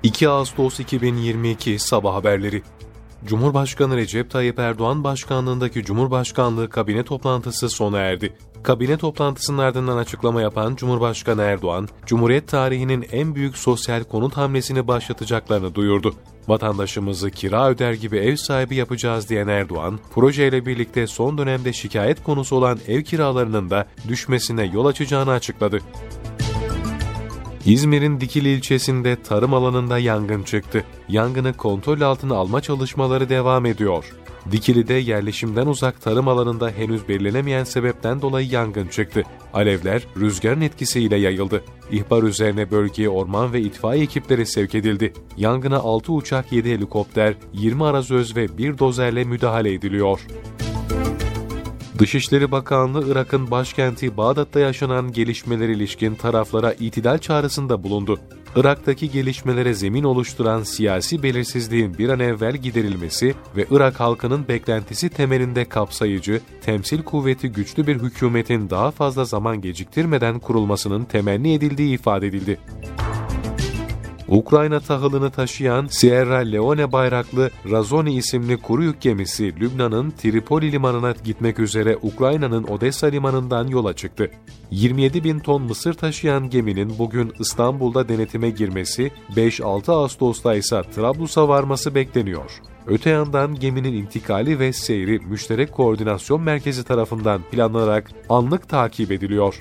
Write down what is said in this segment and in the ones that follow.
2 Ağustos 2022 Sabah haberleri. Cumhurbaşkanı Recep Tayyip Erdoğan başkanlığındaki Cumhurbaşkanlığı kabine toplantısı sona erdi. Kabine toplantısının ardından açıklama yapan Cumhurbaşkanı Erdoğan, Cumhuriyet tarihinin en büyük sosyal konut hamlesini başlatacaklarını duyurdu. Vatandaşımızı kira öder gibi ev sahibi yapacağız diyen Erdoğan, projeyle birlikte son dönemde şikayet konusu olan ev kiralarının da düşmesine yol açacağını açıkladı. İzmir'in Dikili ilçesinde tarım alanında yangın çıktı. Yangını kontrol altına alma çalışmaları devam ediyor. Dikili'de yerleşimden uzak tarım alanında henüz belirlenemeyen sebepten dolayı yangın çıktı. Alevler rüzgarın etkisiyle yayıldı. İhbar üzerine bölgeye orman ve itfaiye ekipleri sevk edildi. Yangına 6 uçak, 7 helikopter, 20 arazöz ve 1 dozerle müdahale ediliyor. Dışişleri Bakanlığı, Irak'ın başkenti Bağdat'ta yaşanan gelişmelere ilişkin taraflara itidal çağrısında bulundu. Irak'taki gelişmelere zemin oluşturan siyasi belirsizliğin bir an evvel giderilmesi ve Irak halkının beklentisi temelinde kapsayıcı, temsil kuvveti güçlü bir hükümetin daha fazla zaman geciktirmeden kurulmasının temenni edildiği ifade edildi. Ukrayna tahılını taşıyan Sierra Leone bayraklı Razoni isimli kuru yük gemisi Lübnan'ın Tripoli limanına gitmek üzere Ukrayna'nın Odessa limanından yola çıktı. 27 bin ton mısır taşıyan geminin bugün İstanbul'da denetime girmesi, 5-6 Ağustos'ta ise Trablus'a varması bekleniyor. Öte yandan geminin intikali ve seyri Müşterek Koordinasyon Merkezi tarafından planlanarak anlık takip ediliyor.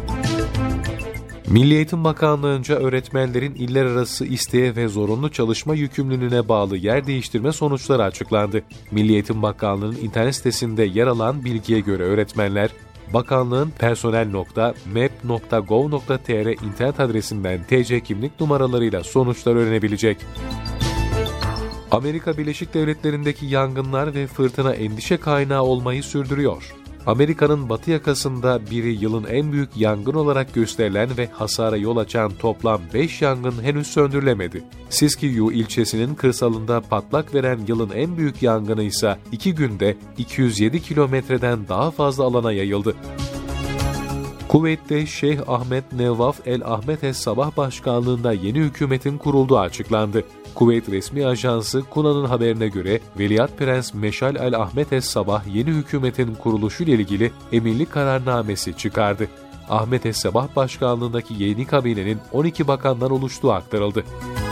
Milli Eğitim Bakanlığı'nca öğretmenlerin iller arası isteğe ve zorunlu çalışma yükümlülüğüne bağlı yer değiştirme sonuçları açıklandı. Milli Eğitim Bakanlığı'nın internet sitesinde yer alan bilgiye göre öğretmenler, bakanlığın personel.mep.gov.tr internet adresinden TC kimlik numaralarıyla sonuçları öğrenebilecek. Amerika Birleşik Devletleri'ndeki yangınlar ve fırtına endişe kaynağı olmayı sürdürüyor. Amerika'nın batı yakasında biri yılın en büyük yangın olarak gösterilen ve hasara yol açan toplam 5 yangın henüz söndürülemedi. Siskiyou ilçesinin kırsalında patlak veren yılın en büyük yangını ise 2 günde 207 kilometreden daha fazla alana yayıldı. Kuveyt'te Şeyh Ahmed Nevvaf El Ahmed Es-Sabah başkanlığında yeni hükümetin kurulduğu açıklandı. Kuveyt resmi ajansı KUNA'nın haberine göre Veliaht Prens Meşal El Ahmed Es-Sabah yeni hükümetin kuruluşu ile ilgili emirlik kararnamesi çıkardı. Ahmed Es-Sabah başkanlığındaki yeni kabinenin 12 bakandan oluştuğu aktarıldı.